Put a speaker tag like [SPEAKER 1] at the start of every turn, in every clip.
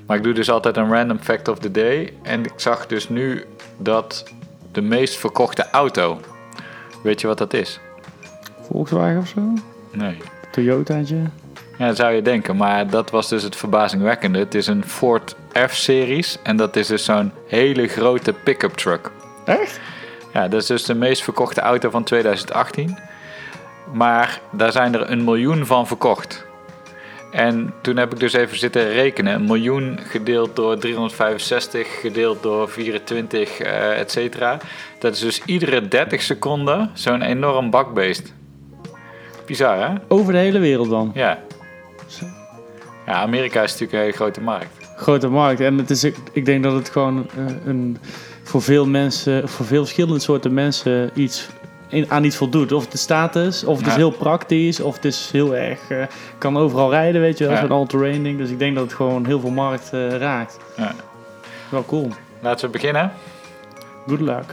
[SPEAKER 1] Maar ik doe dus altijd een random fact of the day. En ik zag dus nu dat de meest verkochte auto... Weet je wat dat is?
[SPEAKER 2] Volkswagen of zo?
[SPEAKER 1] Nee.
[SPEAKER 2] Toyotaatje?
[SPEAKER 1] Ja, dat zou je denken. Maar dat was dus het verbazingwekkende. Het is een Ford F-series. En dat is dus zo'n hele grote pick-up truck.
[SPEAKER 2] Echt?
[SPEAKER 1] Ja, dat is dus de meest verkochte auto van 2018. Maar daar zijn er 1 miljoen van verkocht. En toen heb ik dus even zitten rekenen. 1 miljoen gedeeld door 365, gedeeld door 24, et cetera. Dat is dus iedere 30 seconden zo'n enorm bakbeest. Bizar, hè?
[SPEAKER 2] Over de hele wereld dan?
[SPEAKER 1] Ja. Ja, Amerika is natuurlijk een hele grote markt.
[SPEAKER 2] Grote markt. En het is, ik denk dat het gewoon voor veel mensen, voor veel verschillende soorten mensen aan iets voldoet. Of het is status, of het is heel praktisch, of het is heel erg... kan overal rijden, weet je wel, zo'n all-terrain ding. Dus ik denk dat het gewoon heel veel markt raakt.
[SPEAKER 1] Ja.
[SPEAKER 2] Wel cool.
[SPEAKER 1] Laten we beginnen.
[SPEAKER 2] Good luck.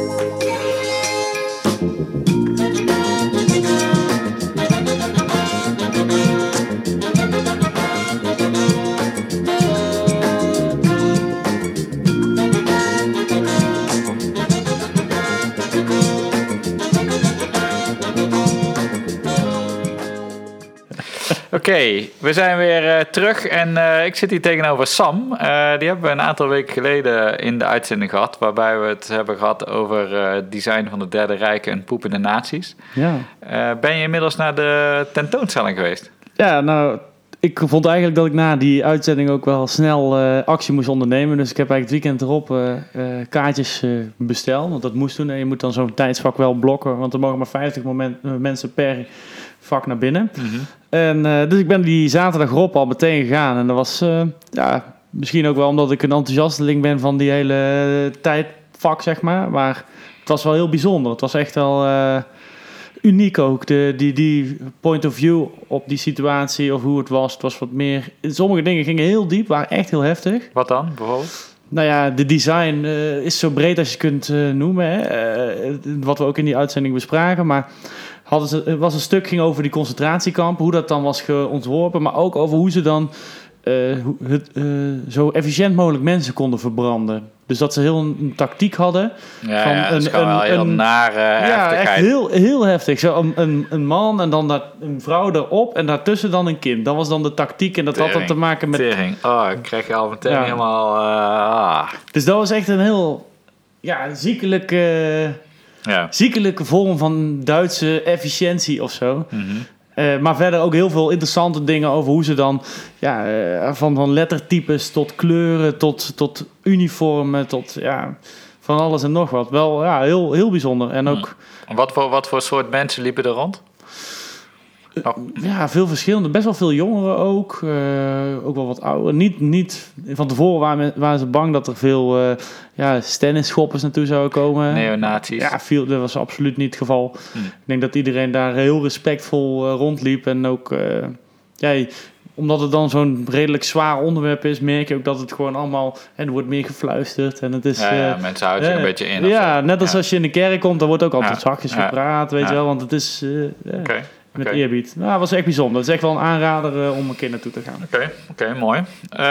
[SPEAKER 1] Oké, we zijn weer terug en ik zit hier tegenover Sam. Die hebben we een aantal weken geleden in de uitzending gehad, waarbij we het hebben gehad over het design van het Derde Rijk en poepende naties.
[SPEAKER 2] Ja.
[SPEAKER 1] Ben je inmiddels naar de tentoonstelling geweest?
[SPEAKER 2] Ja, nou, ik vond eigenlijk dat ik na die uitzending ook wel snel actie moest ondernemen. Dus ik heb eigenlijk het weekend erop kaartjes besteld, want dat moest doen. En je moet dan zo'n tijdsvak wel blokken, want er mogen maar 50 mensen per vak naar binnen.
[SPEAKER 1] Mm-hmm.
[SPEAKER 2] En dus ik ben die zaterdag erop al meteen gegaan. En dat was misschien ook wel omdat ik een enthousiasteling ben van die hele tijdvak, zeg maar. Maar het was wel heel bijzonder. Het was echt wel uniek ook. Die point of view op die situatie of hoe het was. Het was wat meer... Sommige dingen gingen heel diep, waren echt heel heftig.
[SPEAKER 1] Wat dan, bijvoorbeeld?
[SPEAKER 2] Nou ja, de design is zo breed als je kunt noemen. Hè. Wat we ook in die uitzending bespraken. Maar het was een stuk ging over die concentratiekampen. Hoe dat dan was ontworpen. Maar ook over hoe ze dan zo efficiënt mogelijk mensen konden verbranden. Dus dat ze heel een tactiek hadden.
[SPEAKER 1] Ja, dat is gewoon wel heel nare heftigheid.
[SPEAKER 2] Ja, echt heel heftig. Zo een man en dan een vrouw erop en daartussen dan een kind. Dat was dan de tactiek en dat had dan te maken met...
[SPEAKER 1] Tering. Oh, ik krijg je al meteen helemaal...
[SPEAKER 2] Dus dat was echt een heel ziekelijke vorm van Duitse efficiëntie of zo. Mm-hmm. Maar verder ook heel veel interessante dingen over hoe ze dan van lettertypes tot kleuren, tot uniformen, tot van alles en nog wat. Wel heel, heel bijzonder. En ook...
[SPEAKER 1] Wat voor soort mensen liepen er rond?
[SPEAKER 2] Oh. Ja, veel verschillende. Best wel veel jongeren ook. Ook wel wat ouder. Niet van tevoren waren ze bang dat er veel tennisschoppers naartoe zouden komen.
[SPEAKER 1] Neonazies.
[SPEAKER 2] Ja, dat was absoluut niet het geval. Ik denk dat iedereen daar heel respectvol rondliep. En ook, omdat het dan zo'n redelijk zwaar onderwerp is, merk je ook dat het gewoon allemaal... er wordt meer gefluisterd. En het is,
[SPEAKER 1] mensen houden zich een beetje in.
[SPEAKER 2] Ja, net als je in de kerk komt, dan wordt ook altijd zachtjes gepraat, weet je wel. Want het is... Met eerbied. Nou, dat was echt bijzonder. Het is echt wel een aanrader om een keer naartoe te gaan.
[SPEAKER 1] Oké, mooi.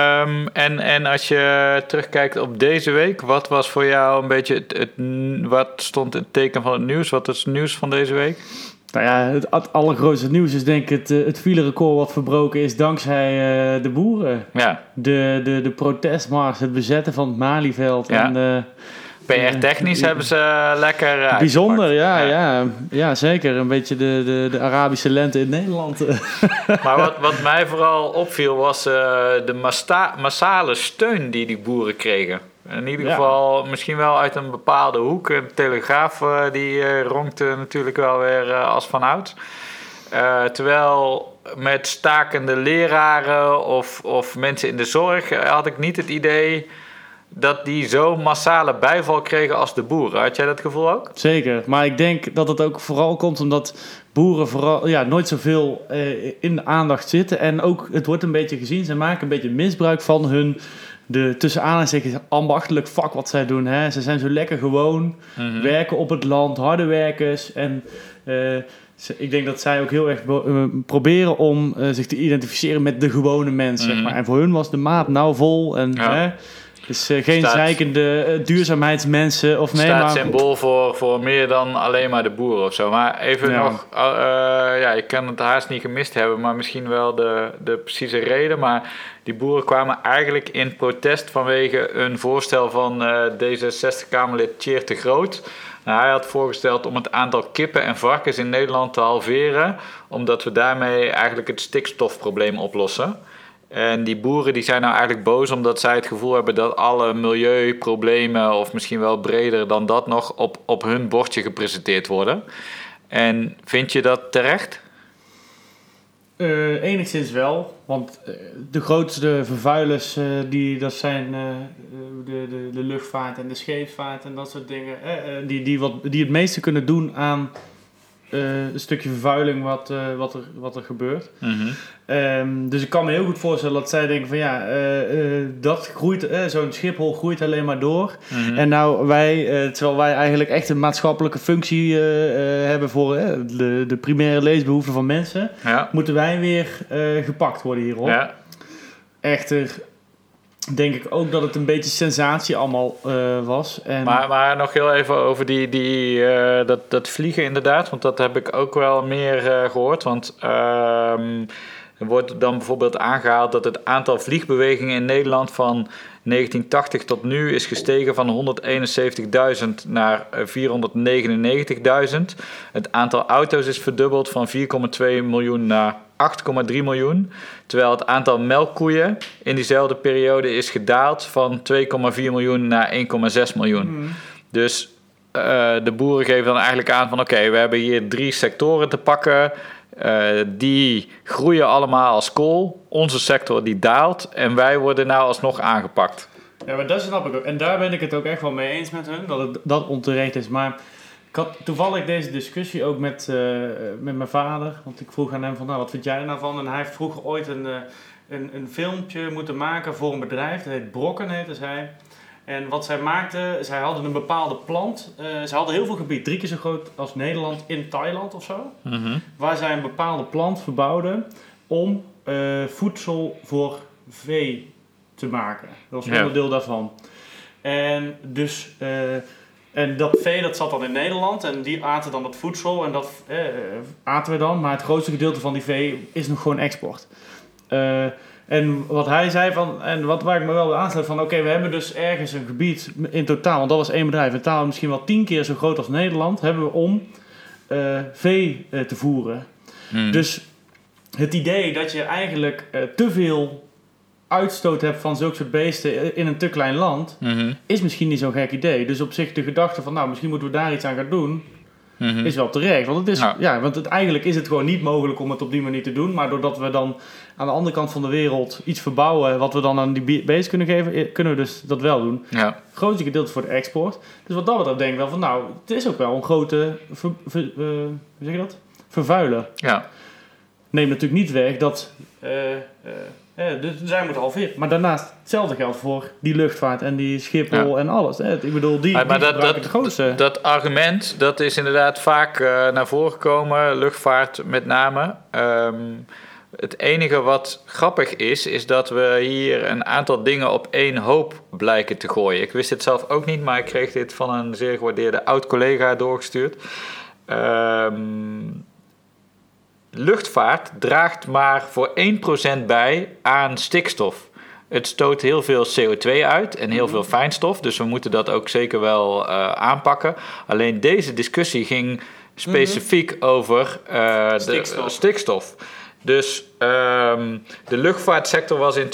[SPEAKER 1] En als je terugkijkt op deze week, wat was voor jou een beetje wat stond het teken van het nieuws? Wat is het nieuws van deze week?
[SPEAKER 2] Nou ja, het allergrootste nieuws is denk ik het filerecord wat verbroken is dankzij de boeren.
[SPEAKER 1] Ja.
[SPEAKER 2] De protestmars, het bezetten van het Malieveld en...
[SPEAKER 1] PR-technisch hebben ze lekker
[SPEAKER 2] bijzonder, ja, zeker. Een beetje de Arabische lente in Nederland.
[SPEAKER 1] Maar wat mij vooral opviel was de massale steun die boeren kregen. In ieder geval misschien wel uit een bepaalde hoek. De Telegraaf die ronkte natuurlijk wel weer als vanouds. Terwijl met stakende leraren of mensen in de zorg had ik niet het idee... dat die zo massale bijval kregen als de boeren. Had jij dat gevoel ook?
[SPEAKER 2] Zeker, maar ik denk dat het ook vooral komt omdat boeren vooral nooit zoveel in de aandacht zitten. En ook, het wordt een beetje gezien, ze maken een beetje misbruik van hun, tussen aanhalingstekens, ambachtelijk vak wat zij doen. Hè. Ze zijn zo lekker gewoon, werken op het land, harde werkers en... Ik denk dat zij ook heel erg proberen om zich te identificeren met de gewone mens. Zeg maar. En voor hun was de maat nou vol. En, dus geen zeikende duurzaamheidsmensen.
[SPEAKER 1] Staat symbool voor meer dan alleen maar de boeren of zo. Maar even nog, je kan het haast niet gemist hebben, maar misschien wel de precieze reden. Maar die boeren kwamen eigenlijk in protest vanwege een voorstel van D66-Kamerlid Tjeerd de Groot. Nou, hij had voorgesteld om het aantal kippen en varkens in Nederland te halveren, omdat we daarmee eigenlijk het stikstofprobleem oplossen. En die boeren die zijn nou eigenlijk boos omdat zij het gevoel hebben dat alle milieuproblemen, of misschien wel breder dan dat nog, op hun bordje gepresenteerd worden. En vind je dat terecht?
[SPEAKER 2] Enigszins wel, want de grootste vervuilers dat zijn de luchtvaart en de scheepvaart en dat soort dingen. Die het meeste kunnen doen aan een stukje vervuiling wat er gebeurt. Mm-hmm. Dus ik kan me heel goed voorstellen dat zij denken van dat groeit, zo'n Schiphol groeit alleen maar door. Mm-hmm. En nou terwijl wij eigenlijk echt een maatschappelijke functie hebben voor de primaire leesbehoeften van mensen, moeten wij weer gepakt worden hierop. Ja. Echter denk ik ook dat het een beetje sensatie allemaal was. En
[SPEAKER 1] maar nog heel even over dat vliegen inderdaad. Want dat heb ik ook wel meer gehoord. Want er wordt dan bijvoorbeeld aangehaald dat het aantal vliegbewegingen in Nederland van 1980 tot nu is gestegen van 171.000 naar 499.000. Het aantal auto's is verdubbeld van 4,2 miljoen naar 8,3 miljoen. Terwijl het aantal melkkoeien in diezelfde periode is gedaald van 2,4 miljoen naar 1,6 miljoen. Mm. Dus de boeren geven dan eigenlijk aan van oké, we hebben hier 3 sectoren te pakken. Die groeien allemaal als kool. Onze sector die daalt en wij worden nou alsnog aangepakt.
[SPEAKER 2] Ja, maar dat snap ik ook. En daar ben ik het ook echt wel mee eens met hun, dat onterecht is. Maar ik had toevallig deze discussie ook met mijn vader. Want ik vroeg aan hem van, wat vind jij er nou van? En hij heeft vroeger ooit een filmpje moeten maken voor een bedrijf. Dat heet Brokken, heette zij. En wat zij maakten, zij hadden een bepaalde plant. Ze hadden heel veel gebied, 3 keer zo groot als Nederland in Thailand of zo. Mm-hmm. Waar zij een bepaalde plant verbouwden om voedsel voor vee te maken. Dat was onderdeel daarvan. En dus en dat vee dat zat dan in Nederland en die aten dan dat voedsel en dat aten we dan. Maar het grootste gedeelte van die vee is nog gewoon export. En wat hij zei waar ik me wel aansluit van, oké, we hebben dus ergens een gebied in totaal, want dat was 1 bedrijf, in totaal misschien wel 10 keer zo groot als Nederland, hebben we om vee te voeren. Hmm. Dus het idee dat je eigenlijk te veel uitstoot hebt van zulke soort beesten in een te klein land, is misschien niet zo'n gek idee. Dus op zich de gedachte van, misschien moeten we daar iets aan gaan doen, is wel terecht. Want het is, eigenlijk is het gewoon niet mogelijk om het op die manier te doen. Maar doordat we dan aan de andere kant van de wereld iets verbouwen wat we dan aan die beesten kunnen geven, kunnen we dus dat wel doen. Ja. Het grootste gedeelte voor de export. Dus wat dat betreft denk ik wel van, het is ook wel een grote hoe zeg je dat? Vervuiler. Ja. Neemt natuurlijk niet weg dat dus zij moeten halveren. Maar daarnaast hetzelfde geldt voor die luchtvaart en die Schiphol en alles. Ik bedoel, het grootste.
[SPEAKER 1] Dat argument, dat is inderdaad vaak naar voren gekomen, luchtvaart met name. Het enige wat grappig is dat we hier een aantal dingen op één hoop blijken te gooien. Ik wist het zelf ook niet, maar ik kreeg dit van een zeer gewaardeerde oud-collega doorgestuurd. Luchtvaart draagt maar voor 1% bij aan stikstof. Het stoot heel veel CO2 uit en heel veel fijnstof. Dus we moeten dat ook zeker wel aanpakken. Alleen deze discussie ging specifiek over de stikstof. Dus de luchtvaartsector was in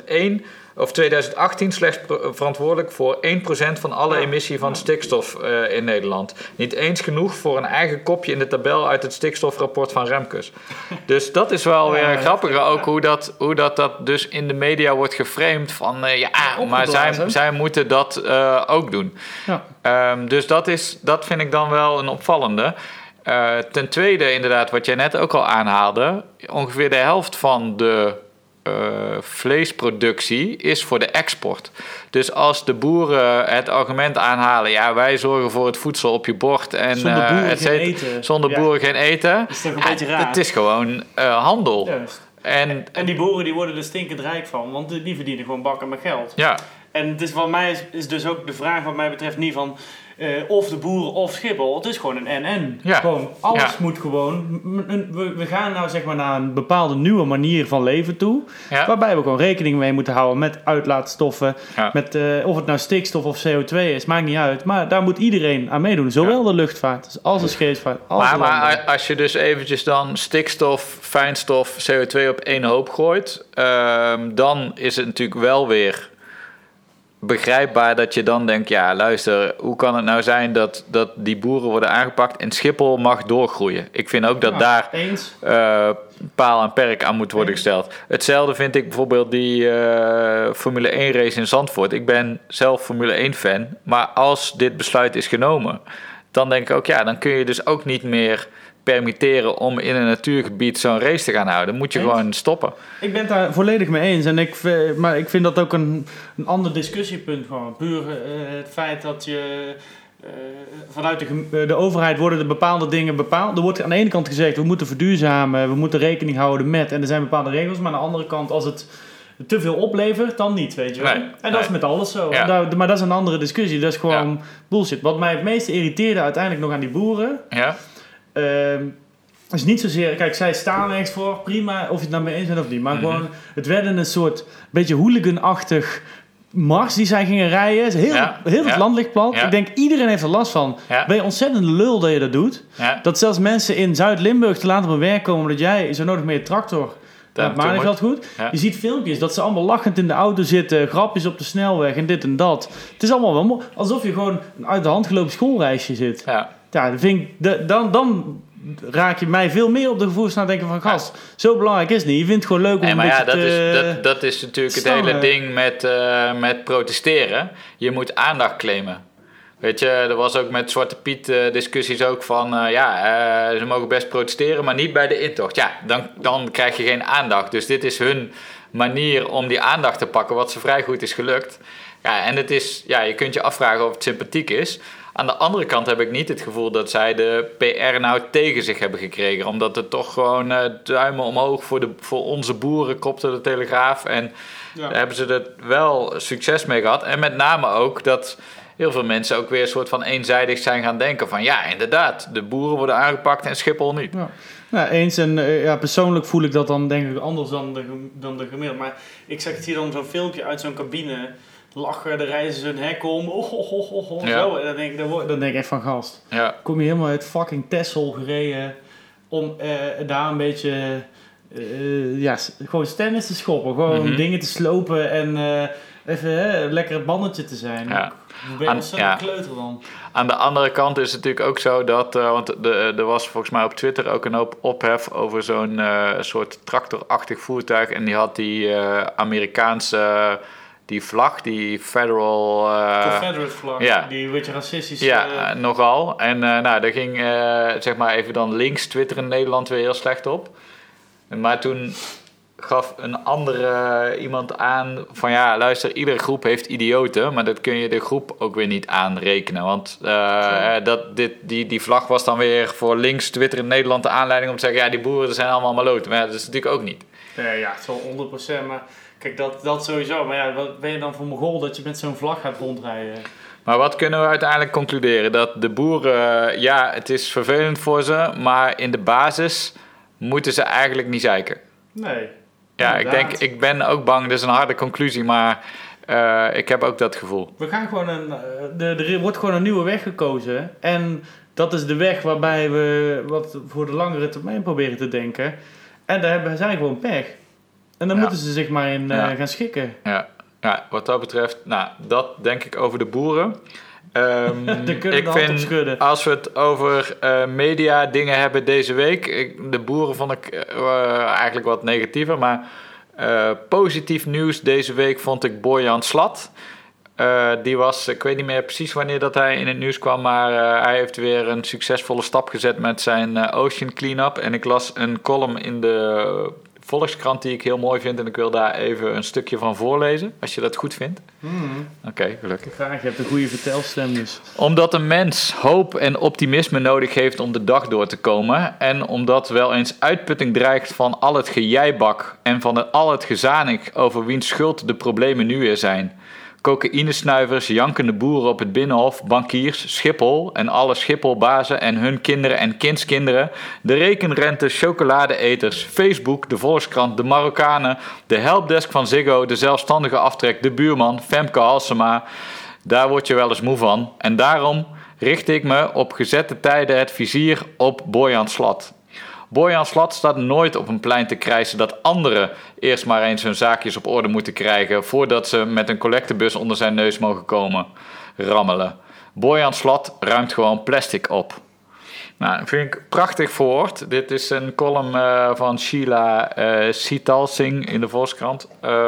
[SPEAKER 1] 2018 slechts verantwoordelijk voor 1% van alle emissie van stikstof in Nederland. Niet eens genoeg voor een eigen kopje in de tabel uit het stikstofrapport van Remkes. Dus dat is wel weer grappiger, ook hoe dat dus in de media wordt geframed van maar zij moeten dat ook doen. Ja. Dus dat vind ik dan wel een opvallende. Ten tweede inderdaad, wat jij net ook al aanhaalde, ongeveer de helft van de vleesproductie is voor de export. Dus als de boeren het argument aanhalen, ja, wij zorgen voor het voedsel op je bord en
[SPEAKER 2] zonder boeren geen eten.
[SPEAKER 1] Zonder boeren geen eten.
[SPEAKER 2] Dat is toch een beetje raar.
[SPEAKER 1] Het is gewoon handel.
[SPEAKER 2] Juist. En die boeren die worden er stinkend rijk van, want die verdienen gewoon bakken met geld.
[SPEAKER 1] Ja.
[SPEAKER 2] En het is van mij is dus ook de vraag wat mij betreft niet van of de boeren of Schiphol. Het is gewoon een en-en.
[SPEAKER 1] Ja.
[SPEAKER 2] Gewoon, alles moet gewoon... We gaan nou zeg maar naar een bepaalde nieuwe manier van leven toe.
[SPEAKER 1] Ja.
[SPEAKER 2] Waarbij we gewoon rekening mee moeten houden met uitlaatstoffen.
[SPEAKER 1] Ja.
[SPEAKER 2] Met, of het nou stikstof of CO2 is, maakt niet uit. Maar daar moet iedereen aan meedoen. Zowel de luchtvaart als de scheepvaart.
[SPEAKER 1] Maar als je dus eventjes dan stikstof, fijnstof, CO2 op één hoop gooit... dan is het natuurlijk wel weer... begrijpbaar dat je dan denkt, ja, luister, hoe kan het nou zijn dat die boeren worden aangepakt en Schiphol mag doorgroeien? Ik vind ook dat daar paal en perk aan moet worden gesteld. Hetzelfde vind ik bijvoorbeeld die Formule 1 race in Zandvoort. Ik ben zelf Formule 1 fan, maar als dit besluit is genomen, dan denk ik ook, ja, dan kun je dus ook niet meer permitteren om in een natuurgebied zo'n race te gaan houden. Dan moet je gewoon stoppen. Ik
[SPEAKER 2] ben het daar volledig mee eens. Maar ik vind dat ook een ander discussiepunt. Gewoon. Puur het feit dat je... vanuit de overheid worden er bepaalde dingen bepaald. Er wordt aan de ene kant gezegd, we moeten verduurzamen, we moeten rekening houden met... en er zijn bepaalde regels. Maar aan de andere kant, als het te veel oplevert, dan niet, weet je wel. En dat is met alles zo.
[SPEAKER 1] Ja.
[SPEAKER 2] Maar dat is een andere discussie. Dat is gewoon bullshit. Wat mij het meeste irriteerde uiteindelijk nog aan die boeren...
[SPEAKER 1] Ja.
[SPEAKER 2] is niet zozeer... Kijk, zij staan ergens voor, prima, of je het nou mee eens bent of niet. Maar gewoon, het werd een soort beetje hooligan-achtig mars die zij gingen rijden. Heel het land ligt plat.
[SPEAKER 1] Ja.
[SPEAKER 2] Ik denk, iedereen heeft er last van.
[SPEAKER 1] Ja.
[SPEAKER 2] Ben je ontzettend lul dat je dat doet? Ja. Dat zelfs mensen in Zuid-Limburg te laat op hun werk komen... omdat jij zo nodig met je tractor... Dat Malieveld goed. Ja. Je ziet filmpjes dat ze allemaal lachend in de auto zitten, grapjes op de snelweg en dit en dat. Het is allemaal wel mooi. Alsof je gewoon een uit de hand gelopen schoolreisje zit. Ja, dat vind ik, dan raak je mij veel meer op de gevoelsnaar denken van gast. Zo belangrijk is het niet. Je vindt het gewoon leuk om een beetje
[SPEAKER 1] dat is natuurlijk het hele ding met protesteren. Je moet aandacht claimen. Weet je, er was ook met Zwarte Piet discussies ook van... ze mogen best protesteren, maar niet bij de intocht. Ja, dan krijg je geen aandacht. Dus dit is hun manier om die aandacht te pakken... wat ze vrij goed is gelukt. Ja, en het is, je kunt je afvragen of het sympathiek is. Aan de andere kant heb ik niet het gevoel dat zij de PR nou tegen zich hebben gekregen. Omdat het toch gewoon duimen omhoog voor onze boeren kopte de Telegraaf. En daar hebben ze er wel succes mee gehad. En met name ook dat... heel veel mensen ook weer een soort van eenzijdig zijn gaan denken van... ja, inderdaad, de boeren worden aangepakt en Schiphol niet.
[SPEAKER 2] Ja, eens. En persoonlijk voel ik dat dan denk ik anders dan de gemiddelde. Maar ik zag het hier dan zo'n filmpje uit zo'n cabine... lachen, dan reizen ze een hek om, zo. En dan denk ik echt van gast. Ja. Kom je helemaal uit fucking Texel gereden... om daar een beetje... gewoon stennis te schoppen. Gewoon dingen te slopen en... even lekker het bandetje te zijn. Ja. Ben je ontzettend kleuter dan.
[SPEAKER 1] Aan de andere kant is het natuurlijk ook zo dat... want er was volgens mij op Twitter ook een hoop ophef... over zo'n soort tractorachtig voertuig. En die had die Amerikaanse... die vlag, die federal...
[SPEAKER 2] Confederate vlag, die een beetje racistisch...
[SPEAKER 1] Ja, nogal. En daar ging zeg maar even dan links Twitter in Nederland weer heel slecht op. Maar toen... gaf een andere iemand aan van luister, iedere groep heeft idioten, maar dat kun je de groep ook weer niet aanrekenen, want die vlag was dan weer voor links Twitter in Nederland de aanleiding om te zeggen, die boeren zijn allemaal maloten, maar dat is natuurlijk ook niet.
[SPEAKER 2] Ja, zo 100%, maar kijk, dat sowieso, maar wat ben je dan voor Mongool dat je met zo'n vlag gaat rondrijden?
[SPEAKER 1] Maar wat kunnen we uiteindelijk concluderen? Dat de boeren, het is vervelend voor ze, maar in de basis moeten ze eigenlijk niet zeiken.
[SPEAKER 2] Nee.
[SPEAKER 1] Ja, ik ben ook bang, dat is een harde conclusie, maar ik heb ook dat gevoel.
[SPEAKER 2] We gaan gewoon er wordt gewoon een nieuwe weg gekozen. En dat is de weg waarbij we wat voor de langere termijn proberen te denken. En daar hebben zij gewoon pech. En dan moeten ze zich maar in gaan schikken.
[SPEAKER 1] Ja, wat dat betreft, dat denk ik over de boeren. Ik vind, als we het over media dingen hebben deze week... de boeren vond ik eigenlijk wat negatiever... maar positief nieuws deze week vond ik Boyan Slat. Die was, ik weet niet meer precies wanneer dat hij in het nieuws kwam... maar hij heeft weer een succesvolle stap gezet met zijn Ocean Cleanup. En ik las een column in de Volkskrant die ik heel mooi vind. En ik wil daar even een stukje van voorlezen, als je dat goed vindt. Oké, gelukkig.
[SPEAKER 2] Graag, je hebt een goede vertelstem dus.
[SPEAKER 1] Omdat een mens hoop en optimisme nodig heeft om de dag door te komen. En omdat wel eens uitputting dreigt van al het gejijbak en van al het gezanik over wiens schuld de problemen nu weer zijn. Cocaïnesnuivers, jankende boeren op het Binnenhof, bankiers, Schiphol en alle Schipholbazen en hun kinderen en kindskinderen, de rekenrente, chocoladeeters, Facebook, de Volkskrant, de Marokkanen, de helpdesk van Ziggo, de zelfstandige aftrek, de buurman, Femke Halsema. Daar word je wel eens moe van. En daarom richt ik me op gezette tijden het vizier op Boyan Slat. Boyan Slat staat nooit op een plein te krijsen dat anderen eerst maar eens hun zaakjes op orde moeten krijgen voordat ze met een collectebus onder zijn neus mogen komen rammelen. Boyan Slat ruimt gewoon plastic op. Nou, dat vind ik prachtig verwoord. Dit is een column van Sheila Sitalsing in de Volkskrant.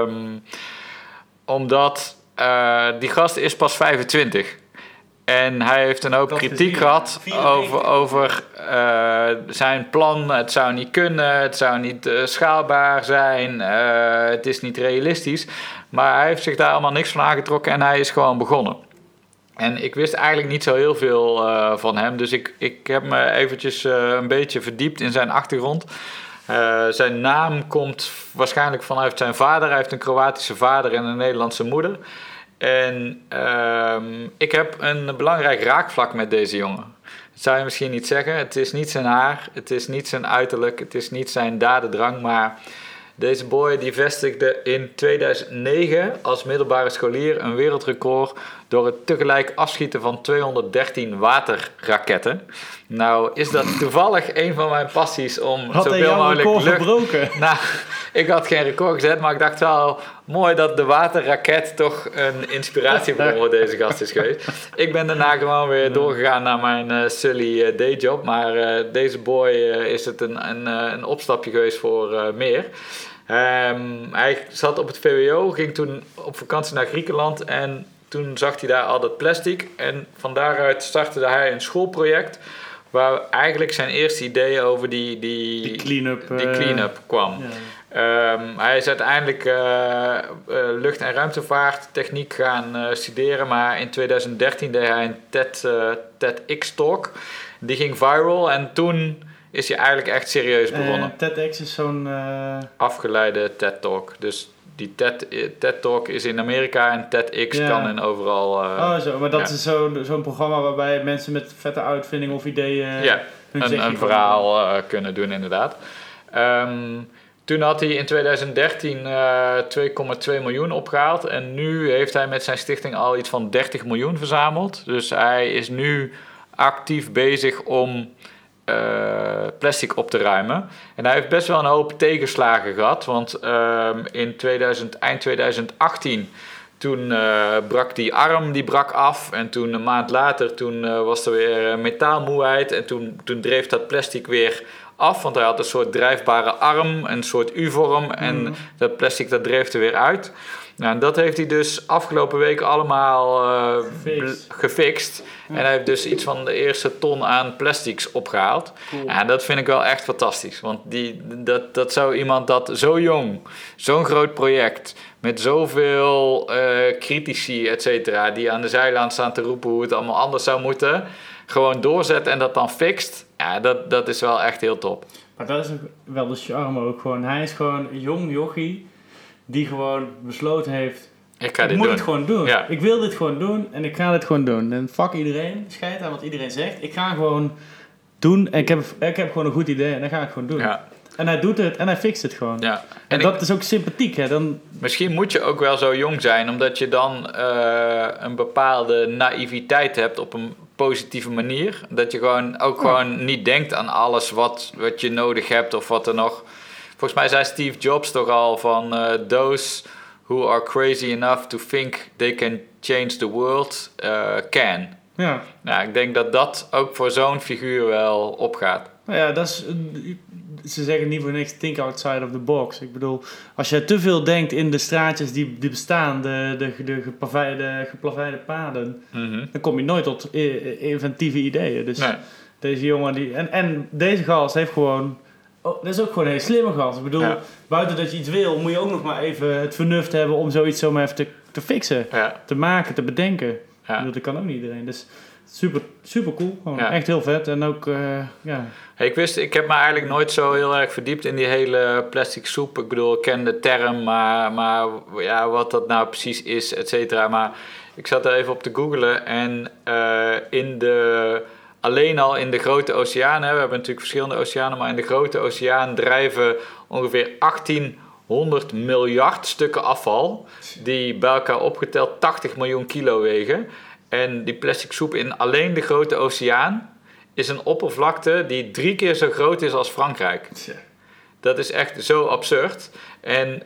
[SPEAKER 1] Omdat die gast is pas 25. En hij heeft dan ook kritiek gehad over zijn plan. Het zou niet kunnen, het zou niet schaalbaar zijn, het is niet realistisch. Maar hij heeft zich daar allemaal niks van aangetrokken en hij is gewoon begonnen. En ik wist eigenlijk niet zo heel veel van hem, dus ik heb me eventjes een beetje verdiept in zijn achtergrond. Zijn naam komt waarschijnlijk vanuit zijn vader. Hij heeft een Kroatische vader en een Nederlandse moeder. En ik heb een belangrijk raakvlak met deze jongen. Dat zou je misschien niet zeggen. Het is niet zijn haar, het is niet zijn uiterlijk, het is niet zijn dadendrang. Maar deze boy die vestigde in 2009 als middelbare scholier een wereldrecord door het tegelijk afschieten van 213 waterraketten. Nou, is dat toevallig een van mijn passies om zoveel mogelijk lucht...
[SPEAKER 2] verbroken?
[SPEAKER 1] Nou, ik had geen record gezet, maar ik dacht wel mooi dat de waterraket toch een inspiratiebron voor deze gast is geweest. Ik ben daarna gewoon weer doorgegaan naar mijn Sully dayjob, maar deze boy is het een opstapje geweest voor meer. Hij zat op het VWO, ging toen op vakantie naar Griekenland en toen zag hij daar al dat plastic. En van daaruit startte hij een schoolproject waar eigenlijk zijn eerste idee over die clean-up kwam. Ja. Hij is uiteindelijk lucht- en ruimtevaarttechniek gaan studeren, maar in 2013 deed hij een TEDx-talk. Die ging viral en toen is hij eigenlijk echt serieus begonnen.
[SPEAKER 2] TEDx is zo'n...
[SPEAKER 1] afgeleide TED-talk. Dus die TED-talk is in Amerika en TEDx kan en overal...
[SPEAKER 2] zo, maar dat is zo'n programma waarbij mensen met vette uitvindingen of ideeën...
[SPEAKER 1] een verhaal kunnen doen inderdaad. Toen had hij in 2013 2,2 miljoen opgehaald. En nu heeft hij met zijn stichting al iets van 30 miljoen verzameld. Dus hij is nu actief bezig om plastic op te ruimen. En hij heeft best wel een hoop tegenslagen gehad. Want eind 2018... Toen brak die arm af en toen een maand later was er weer metaalmoeheid en toen dreef dat plastic weer af, want hij had een soort drijfbare arm, een soort U-vorm en dat plastic dat dreef er weer uit. Nou, en dat heeft hij dus afgelopen week allemaal gefixt. En hij heeft dus iets van de eerste ton aan plastics opgehaald. Cool. En dat vind ik wel echt fantastisch. Want dat zou iemand dat zo jong, zo'n groot project, met zoveel critici, et cetera, die aan de zijlijn staan te roepen hoe het allemaal anders zou moeten, gewoon doorzetten en dat dan fixt. Ja, dat is wel echt heel top.
[SPEAKER 2] Maar dat is ook wel de charme ook gewoon. Hij is gewoon een jong jochie die gewoon besloten heeft, ik moet het gewoon doen. Ja. Ik wil dit gewoon doen en ik ga dit gewoon doen. En fuck iedereen, scheid aan wat iedereen zegt. Ik ga gewoon doen en ik heb gewoon een goed idee en dan ga ik gewoon doen. Ja. En hij doet het en hij fixt het gewoon. Ja. En dat is ook sympathiek. Hè?
[SPEAKER 1] Misschien moet je ook wel zo jong zijn, omdat je dan een bepaalde naïviteit hebt op een positieve manier. Dat je gewoon niet denkt aan alles wat je nodig hebt of wat er nog... Volgens mij zei Steve Jobs toch al van those who are crazy enough to think they can change the world can. Ja. Nou, ik denk dat ook voor zo'n figuur wel opgaat.
[SPEAKER 2] Nou ja, dat is... Ze zeggen niet voor niks think outside of the box. Ik bedoel, als je te veel denkt in de straatjes die bestaan, de geplaveide paden, dan kom je nooit tot inventieve ideeën. Dus deze jongen en deze gast heeft gewoon dat is ook gewoon een hele slimme gast. Ik bedoel, buiten dat je iets wil, moet je ook nog maar even het vernuft hebben om zoiets zomaar even te fixen. Ja. Te maken, te bedenken. Ja. Dat kan ook niet iedereen. Dus super, super cool. Echt heel vet. En ook,
[SPEAKER 1] Ik heb me eigenlijk nooit zo heel erg verdiept in die hele plastic soep. Ik bedoel, ik ken de term, maar wat dat nou precies is, et cetera. Maar ik zat er even op te googlen en alleen al in de grote oceanen, we hebben natuurlijk verschillende oceanen, maar in de grote oceaan drijven ongeveer 1800 miljard stukken afval, die bij elkaar opgeteld 80 miljoen kilo wegen. En die plastic soep in alleen de grote oceaan is een oppervlakte die 3 keer zo groot is als Frankrijk. Ja. Dat is echt zo absurd. En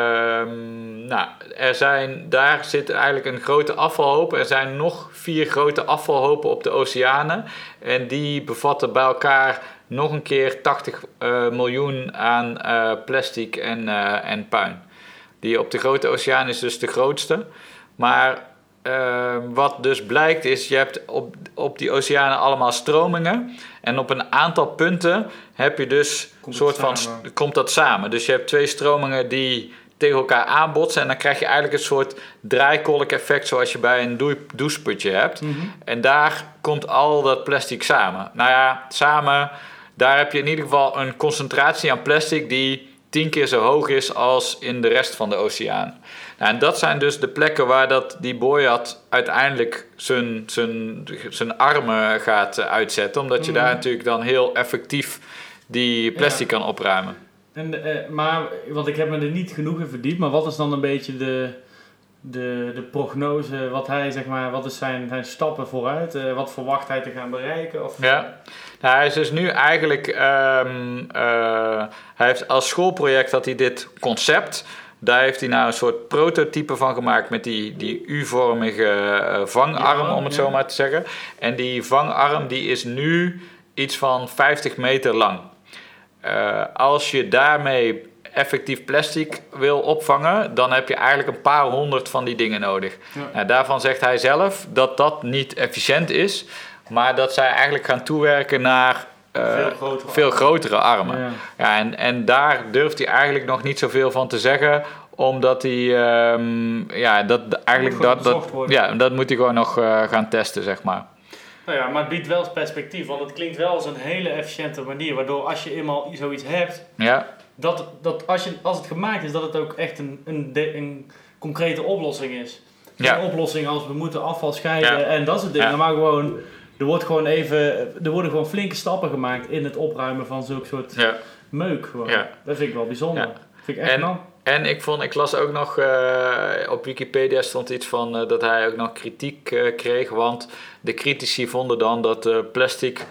[SPEAKER 1] daar zit eigenlijk een grote afvalhoop. Er zijn nog 4 grote afvalhopen op de oceanen. En die bevatten bij elkaar nog een keer 80 miljoen aan plastic en puin. Die op de grote oceaan is dus de grootste. Maar wat dus blijkt is, je hebt op die oceanen allemaal stromingen. En op een aantal punten heb je dus komt dat samen. Dus je hebt 2 stromingen die tegen elkaar aanbotsen. En dan krijg je eigenlijk een soort draaikolk effect zoals je bij een doucheputje hebt. Mm-hmm. En daar komt al dat plastic samen. Nou ja, samen, daar heb je in ieder geval een concentratie aan plastic die 10 keer zo hoog is als in de rest van de oceaan. Nou, en dat zijn dus de plekken waar die Boyat uiteindelijk zijn armen gaat uitzetten. Omdat je daar natuurlijk dan heel effectief die plastic kan opruimen.
[SPEAKER 2] Want ik heb me er niet genoeg in verdiept. Maar wat is dan een beetje de prognose? Wat is zijn stappen vooruit? Wat verwacht hij te gaan bereiken? Of?
[SPEAKER 1] Ja, nou, hij is dus nu eigenlijk... hij heeft als schoolproject had hij dit concept. Daar heeft hij nou een soort prototype van gemaakt met die U-vormige vangarm, om het zo maar te zeggen. En die vangarm die is nu iets van 50 meter lang. Als je daarmee effectief plastic wil opvangen, dan heb je eigenlijk een paar 100 van die dingen nodig. Ja. Nou, daarvan zegt hij zelf dat dat niet efficiënt is, maar dat zij eigenlijk gaan toewerken naar veel grotere armen. Ja, en daar durft hij eigenlijk nog niet zoveel van te zeggen, omdat hij dat moet hij gewoon nog gaan testen, zeg maar.
[SPEAKER 2] Nou ja, maar het biedt wel eens perspectief, want het klinkt wel als een hele efficiënte manier, waardoor als je eenmaal zoiets hebt, dat als het gemaakt is, dat het ook echt een concrete oplossing is. Geen oplossing als we moeten afval scheiden en dat soort dingen, maar gewoon, er worden gewoon flinke stappen gemaakt in het opruimen van zulke soort meuk. Gewoon. Ja. Dat vind ik wel bijzonder. Ja. Vind ik echt knap.
[SPEAKER 1] En ik las ook nog, op Wikipedia stond iets van dat hij ook nog kritiek kreeg, want de critici vonden dan dat plastic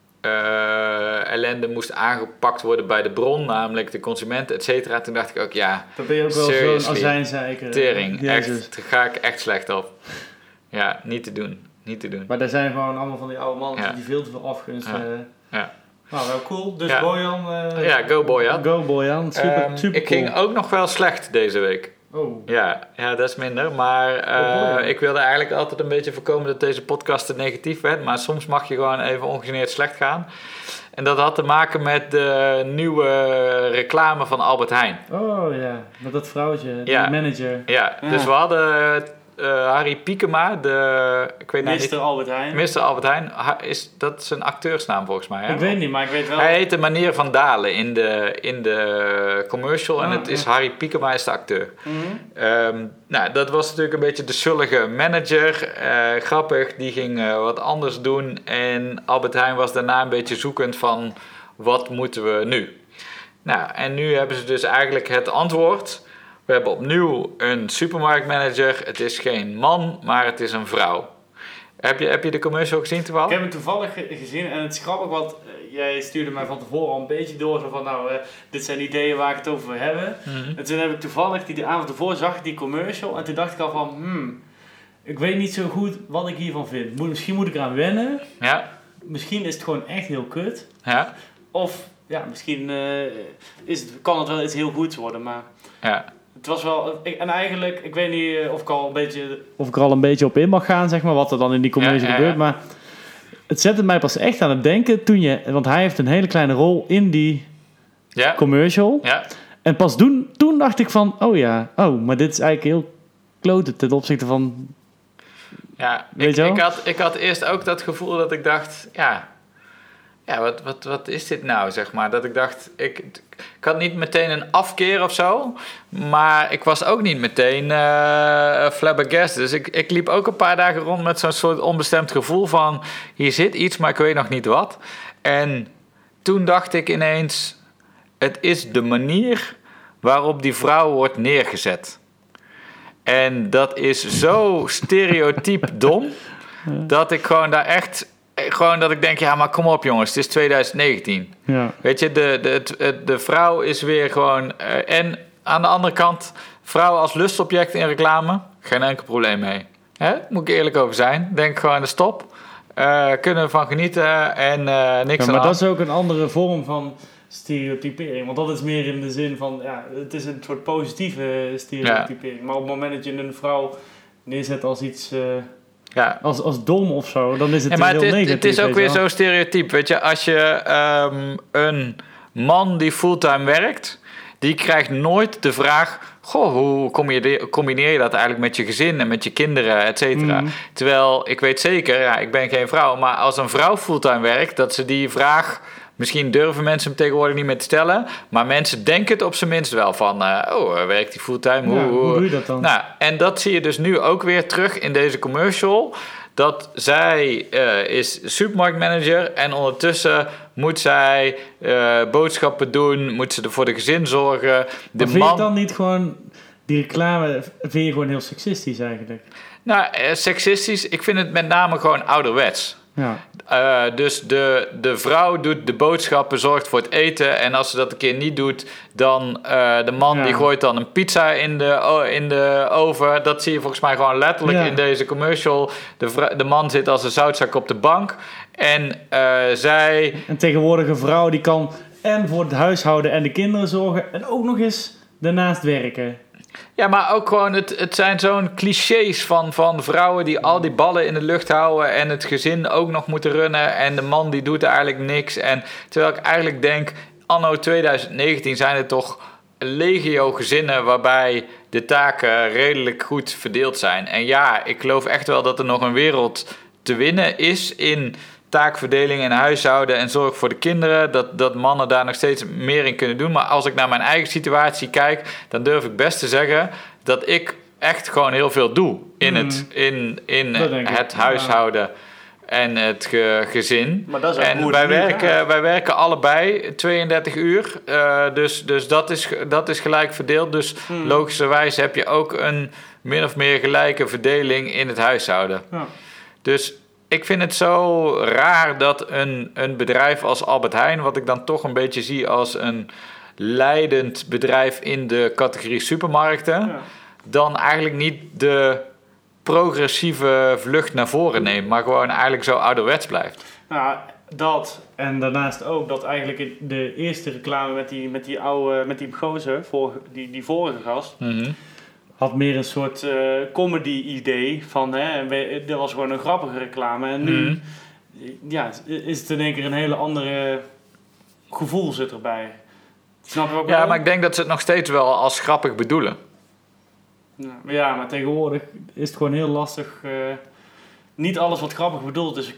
[SPEAKER 1] ellende moest aangepakt worden bij de bron, namelijk de consument, et cetera. Toen dacht ik ook,
[SPEAKER 2] dat ben je ook wel zo'n azijnzeiker.
[SPEAKER 1] Tering, echt, daar ga ik echt slecht op. Ja, niet te doen.
[SPEAKER 2] Maar er zijn gewoon allemaal van die oude mannen die veel te veel afgunst. Nou, wel cool. Dus Bojan...
[SPEAKER 1] go Bojan.
[SPEAKER 2] Go Bojan. Super
[SPEAKER 1] Ik ging ook nog wel slecht deze week.
[SPEAKER 2] Oh.
[SPEAKER 1] Ja, dat is minder. Maar ik wilde eigenlijk altijd een beetje voorkomen dat deze podcast te negatief werd. Maar soms mag je gewoon even ongegeneerd slecht gaan. En dat had te maken met de nieuwe reclame van Albert Heijn.
[SPEAKER 2] Oh ja, met dat vrouwtje, die manager.
[SPEAKER 1] Ja, dus we hadden... Harry Piekema,
[SPEAKER 2] Mr. Albert Heijn.
[SPEAKER 1] Mr. Albert Heijn, dat is een acteursnaam volgens mij. Hè?
[SPEAKER 2] Ik weet niet, maar ik weet wel...
[SPEAKER 1] Hij heet de Meneer van Dalen in de commercial en het is Harry Piekema is de acteur. Mm-hmm. Dat was natuurlijk een beetje de zullige manager. Grappig, die ging wat anders doen en Albert Heijn was daarna een beetje zoekend van wat moeten we nu? Nou, en nu hebben ze dus eigenlijk het antwoord... We hebben opnieuw een supermarktmanager. Het is geen man, maar het is een vrouw. Heb je de commercial gezien toevallig?
[SPEAKER 2] Ik heb hem toevallig gezien en het is grappig, want jij stuurde mij van tevoren al een beetje door. Zo van, dit zijn ideeën waar ik het over wil hebben. Mm-hmm. En toen heb ik toevallig, de avond ervoor zag ik die commercial. En toen dacht ik al van, ik weet niet zo goed wat ik hiervan vind. Misschien moet ik eraan wennen. Ja. Misschien is het gewoon echt heel kut. Ja. Of, misschien kan het wel iets heel goeds worden, maar... Ja. Het was wel... En eigenlijk, ik weet niet of ik er al een beetje op in mag gaan, zeg maar, wat er dan in die commercial gebeurt. Maar het zette mij pas echt aan het denken toen want hij heeft een hele kleine rol in die commercial.
[SPEAKER 1] Ja.
[SPEAKER 2] En pas toen dacht ik van, maar dit is eigenlijk heel klote ten opzichte van...
[SPEAKER 1] Ja, ik had eerst ook dat gevoel dat ik dacht, wat is dit nou, zeg maar. Dat ik dacht, ik had niet meteen een afkeer of zo, maar ik was ook niet meteen flabbergasted. Dus ik liep ook een paar dagen rond met zo'n soort onbestemd gevoel van, hier zit iets, maar ik weet nog niet wat. En toen dacht ik ineens, het is de manier waarop die vrouw wordt neergezet. En dat is zo stereotyp dom, dat ik gewoon daar echt... Gewoon dat ik denk, maar kom op jongens, het is 2019.
[SPEAKER 2] Ja.
[SPEAKER 1] Weet je, de vrouw is weer gewoon... en aan de andere kant, vrouw als lustobject in reclame, geen enkel probleem mee. Hè? Moet ik eerlijk over zijn. Denk gewoon de stop. Kunnen we van genieten en niks aan.
[SPEAKER 2] Maar dat is ook een andere vorm van stereotypering. Want dat is meer in de zin van, het is een soort positieve stereotypering. Ja. Maar op het moment dat je een vrouw neerzet als iets... Als dom of zo, dan is het heel negatief.
[SPEAKER 1] Het is ook weer zo stereotyp. Weet je, als je een man die fulltime werkt, die krijgt nooit de vraag... Goh, hoe combineer je dat eigenlijk met je gezin en met je kinderen, et cetera? Terwijl, ik weet zeker, ik ben geen vrouw... maar als een vrouw fulltime werkt, dat ze die vraag... Misschien durven mensen hem tegenwoordig niet meer te stellen... maar mensen denken het op zijn minst wel van... werkt die fulltime?
[SPEAKER 2] Hoe doe je dat dan?
[SPEAKER 1] Nou, en dat zie je dus nu ook weer terug in deze commercial... dat zij is supermarktmanager... en ondertussen moet zij boodschappen doen... moet ze voor de gezin zorgen.
[SPEAKER 2] Vind je dan niet gewoon... die reclame vind je gewoon heel seksistisch eigenlijk?
[SPEAKER 1] Nou, seksistisch... ik vind het met name gewoon ouderwets...
[SPEAKER 2] Ja.
[SPEAKER 1] Dus de vrouw doet de boodschappen, zorgt voor het eten... en als ze dat een keer niet doet... dan de man die gooit dan een pizza in de oven. Dat zie je volgens mij gewoon letterlijk in deze commercial. De man zit als een zoutzak op de bank. En zij...
[SPEAKER 2] Een tegenwoordige vrouw die kan en voor het huishouden en de kinderen zorgen... en ook nog eens daarnaast werken...
[SPEAKER 1] Ja, maar ook gewoon, het zijn zo'n clichés van vrouwen die al die ballen in de lucht houden... en het gezin ook nog moeten runnen en de man die doet eigenlijk niks. En terwijl ik eigenlijk denk, anno 2019 zijn er toch legio gezinnen... waarbij de taken redelijk goed verdeeld zijn. En ik geloof echt wel dat er nog een wereld te winnen is in... taakverdeling en huishouden en zorg voor de kinderen... dat mannen daar nog steeds meer in kunnen doen. Maar als ik naar mijn eigen situatie kijk... dan durf ik best te zeggen... dat ik echt gewoon heel veel doe... in het huishouden en het gezin.
[SPEAKER 2] Maar dat is
[SPEAKER 1] en wij werken allebei 32 uur. Dus dat is gelijk verdeeld. Dus logischerwijs heb je ook een min of meer gelijke verdeling... in het huishouden.
[SPEAKER 2] Ja.
[SPEAKER 1] Dus... ik vind het zo raar dat een bedrijf als Albert Heijn... wat ik dan toch een beetje zie als een leidend bedrijf... in de categorie supermarkten... dan eigenlijk niet de progressieve vlucht naar voren neemt... maar gewoon eigenlijk zo ouderwets blijft.
[SPEAKER 2] Nou, dat en daarnaast ook dat eigenlijk in de eerste reclame... met die gozer, die vorige gast... had meer een soort comedy-idee van... dit was gewoon een grappige reclame. En nu is het in één keer een hele andere gevoel zit erbij. Snap je wat ik bedoel?
[SPEAKER 1] Maar ik denk dat ze het nog steeds wel als grappig bedoelen.
[SPEAKER 2] Ja, maar tegenwoordig is het gewoon heel lastig. Niet alles wat grappig bedoeld is...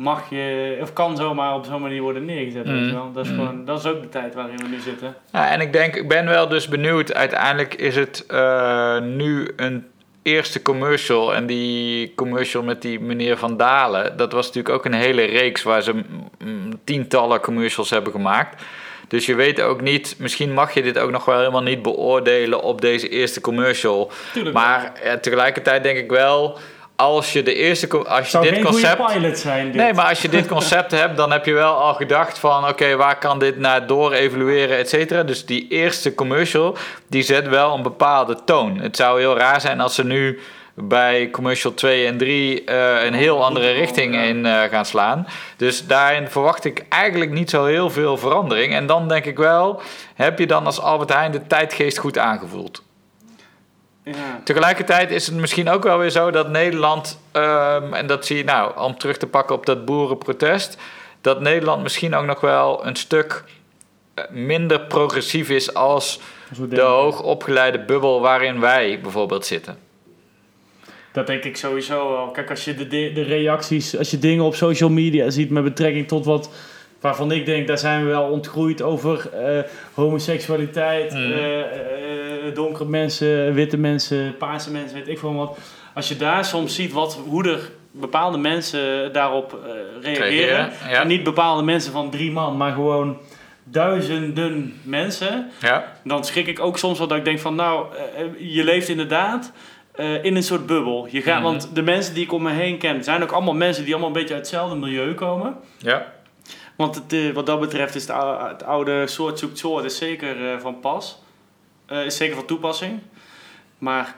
[SPEAKER 2] kan zomaar op zo'n manier worden neergezet. Weet je wel? Dat is ook de tijd waarin we nu zitten. Ja,
[SPEAKER 1] en ik ben wel dus benieuwd. Uiteindelijk is het nu een eerste commercial. En die commercial met die meneer Van Dalen... dat was natuurlijk ook een hele reeks... waar ze tientallen commercials hebben gemaakt. Dus je weet ook niet... misschien mag je dit ook nog wel helemaal niet beoordelen... op deze eerste commercial.
[SPEAKER 2] Tuurlijk
[SPEAKER 1] maar tegelijkertijd denk ik wel... Als je dit concept...
[SPEAKER 2] pilot zijn, dit.
[SPEAKER 1] Nee, maar als je dit concept hebt, dan heb je wel al gedacht van... oké, waar kan dit naar door evolueren, et cetera. Dus die eerste commercial, die zet wel een bepaalde toon. Het zou heel raar zijn als ze nu bij commercial 2 en 3 een heel andere richting in gaan slaan. Dus daarin verwacht ik eigenlijk niet zo heel veel verandering. En dan denk ik wel, heb je dan als Albert Heijn de tijdgeest goed aangevoeld?
[SPEAKER 2] Ja.
[SPEAKER 1] Tegelijkertijd is het misschien ook wel weer zo dat Nederland... en dat zie je om terug te pakken op dat boerenprotest... dat Nederland misschien ook nog wel een stuk minder progressief is als de hoogopgeleide bubbel waarin wij bijvoorbeeld zitten.
[SPEAKER 2] Dat denk ik sowieso wel. Kijk, als je de reacties, als je dingen op social media ziet met betrekking tot wat waarvan ik denk, daar zijn we wel ontgroeid over homoseksualiteit, donkere mensen, witte mensen, paarse mensen, weet ik veel wat. Als je daar soms ziet hoe er bepaalde mensen daarop reageren. Ja. En niet bepaalde mensen van 3 man, maar gewoon duizenden mensen. Ja. Dan schrik ik ook soms wel dat ik denk van je leeft inderdaad in een soort bubbel. Je gaat, want de mensen die ik om me heen ken, zijn ook allemaal mensen die allemaal een beetje uit hetzelfde milieu komen. Ja. Want wat dat betreft is het oude soort zoekt soort is zeker van pas. Is zeker van toepassing. Maar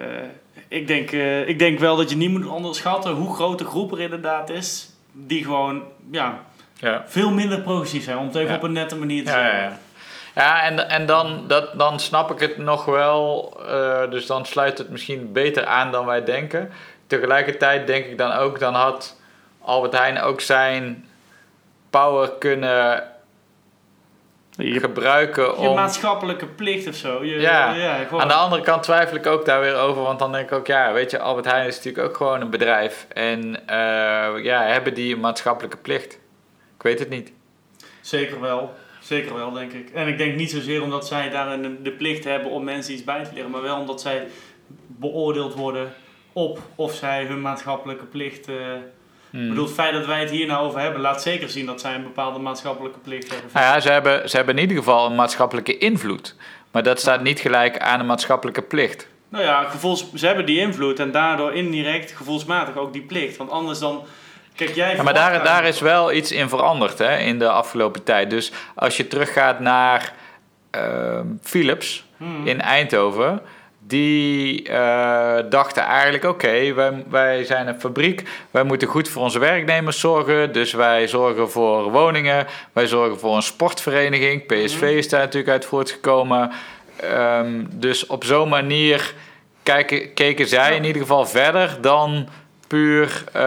[SPEAKER 2] ik denk wel dat je niet moet onderschatten hoe groot de groep er inderdaad is. Die gewoon veel minder progressief zijn. Om het even op een nette manier te zeggen.
[SPEAKER 1] Ja, en dan snap ik het nog wel. Dus dan sluit het misschien beter aan dan wij denken. Tegelijkertijd denk ik dan ook, dan had Albert Heijn ook zijn power kunnen gebruiken om...
[SPEAKER 2] Je maatschappelijke plicht of zo.
[SPEAKER 1] Aan de andere kant twijfel ik ook daar weer over. Want dan denk ik ook, weet je, Albert Heijn is natuurlijk ook gewoon een bedrijf. En hebben die een maatschappelijke plicht? Ik weet het niet.
[SPEAKER 2] Zeker wel, denk ik. En ik denk niet zozeer omdat zij daarin de plicht hebben om mensen iets bij te leren. Maar wel omdat zij beoordeeld worden op of zij hun maatschappelijke plicht... Ik bedoel, het feit dat wij het hier nou over hebben, laat zeker zien dat zij een bepaalde maatschappelijke plicht hebben.
[SPEAKER 1] Nou ja, ze hebben in ieder geval een maatschappelijke invloed. Maar dat staat niet gelijk aan een maatschappelijke plicht.
[SPEAKER 2] Nou ja, ze hebben die invloed en daardoor indirect gevoelsmatig ook die plicht. Want anders dan... Kijk,
[SPEAKER 1] maar daar is wel iets in veranderd in de afgelopen tijd. Dus als je teruggaat naar Philips in Eindhoven... Die dachten eigenlijk, oké, wij zijn een fabriek. Wij moeten goed voor onze werknemers zorgen. Dus wij zorgen voor woningen. Wij zorgen voor een sportvereniging. PSV is daar natuurlijk uit voortgekomen. Dus op zo'n manier keken zij in ieder geval verder dan puur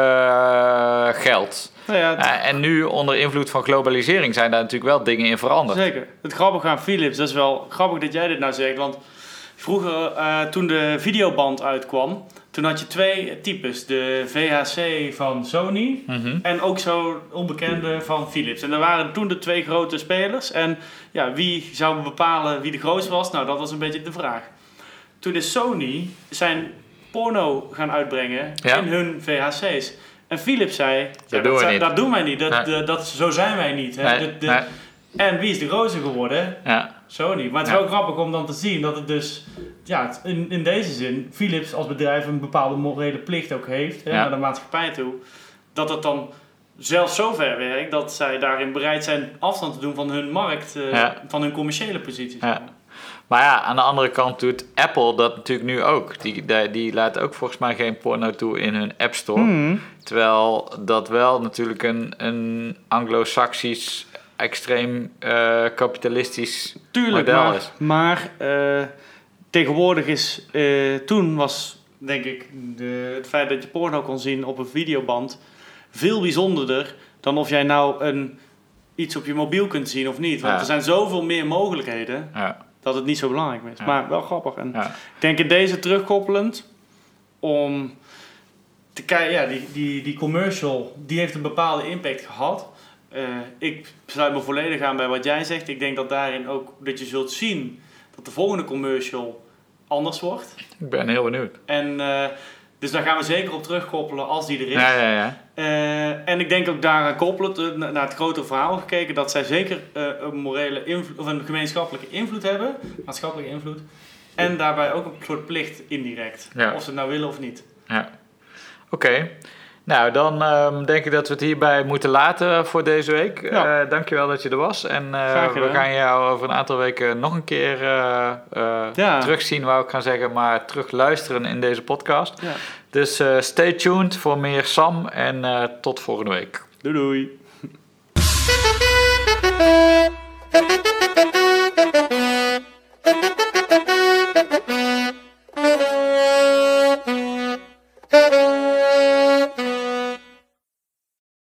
[SPEAKER 1] geld. Nou en nu onder invloed van globalisering zijn daar natuurlijk wel dingen in veranderd.
[SPEAKER 2] Zeker. Het grappige aan Philips, dat is wel grappig dat jij dit nou zegt, want... Vroeger, toen de videoband uitkwam, toen had je 2 types. De VHC van Sony en ook zo'n onbekende van Philips. En er waren toen de 2 grote spelers. En wie zou bepalen wie de grootste was? Nou, dat was een beetje de vraag. Toen is Sony zijn porno gaan uitbrengen in hun VHC's. En Philips zei, dat doen wij niet. Zo zijn wij niet. Hè? Nee. En wie is de grootste geworden? Ja. Sony. Maar het is wel grappig om dan te zien dat het dus... in deze zin, Philips als bedrijf een bepaalde morele plicht ook heeft naar de maatschappij toe. Dat het dan zelfs zo ver werkt dat zij daarin bereid zijn afstand te doen van hun markt, van hun commerciële positie. Ja.
[SPEAKER 1] Maar aan de andere kant doet Apple dat natuurlijk nu ook. Die laat ook volgens mij geen porno toe in hun App Store. Terwijl dat wel natuurlijk een anglo-saxisch... extreem kapitalistisch model is.
[SPEAKER 2] Maar tegenwoordig is... toen was, denk ik, het feit dat je porno kon zien op een videoband... veel bijzonderder dan of jij nou iets op je mobiel kunt zien of niet. Want er zijn zoveel meer mogelijkheden... dat het niet zo belangrijk is. Ja. Maar wel grappig. En ik denk in deze terugkoppelend... om te kijken... die commercial... die heeft een bepaalde impact gehad... ik sluit me volledig aan bij wat jij zegt. Ik denk dat daarin ook dat je zult zien dat de volgende commercial anders wordt.
[SPEAKER 1] Ik ben heel benieuwd.
[SPEAKER 2] En dus daar gaan we zeker op terugkoppelen als die er is. Ja. En ik denk ook daaraan koppelend naar het grotere verhaal gekeken dat zij zeker een morele invloed of een gemeenschappelijke invloed hebben, maatschappelijke invloed. En daarbij ook een soort plicht indirect, of ze het nou willen of niet.
[SPEAKER 1] Ja. Oké. Nou, dan denk ik dat we het hierbij moeten laten voor deze week. Dankjewel dat je er was. En we gaan jou over een aantal weken nog een keer terugzien, wou ik gaan zeggen, maar terug luisteren in deze podcast. Ja. Dus stay tuned voor meer Sam en tot volgende week.
[SPEAKER 2] Doei.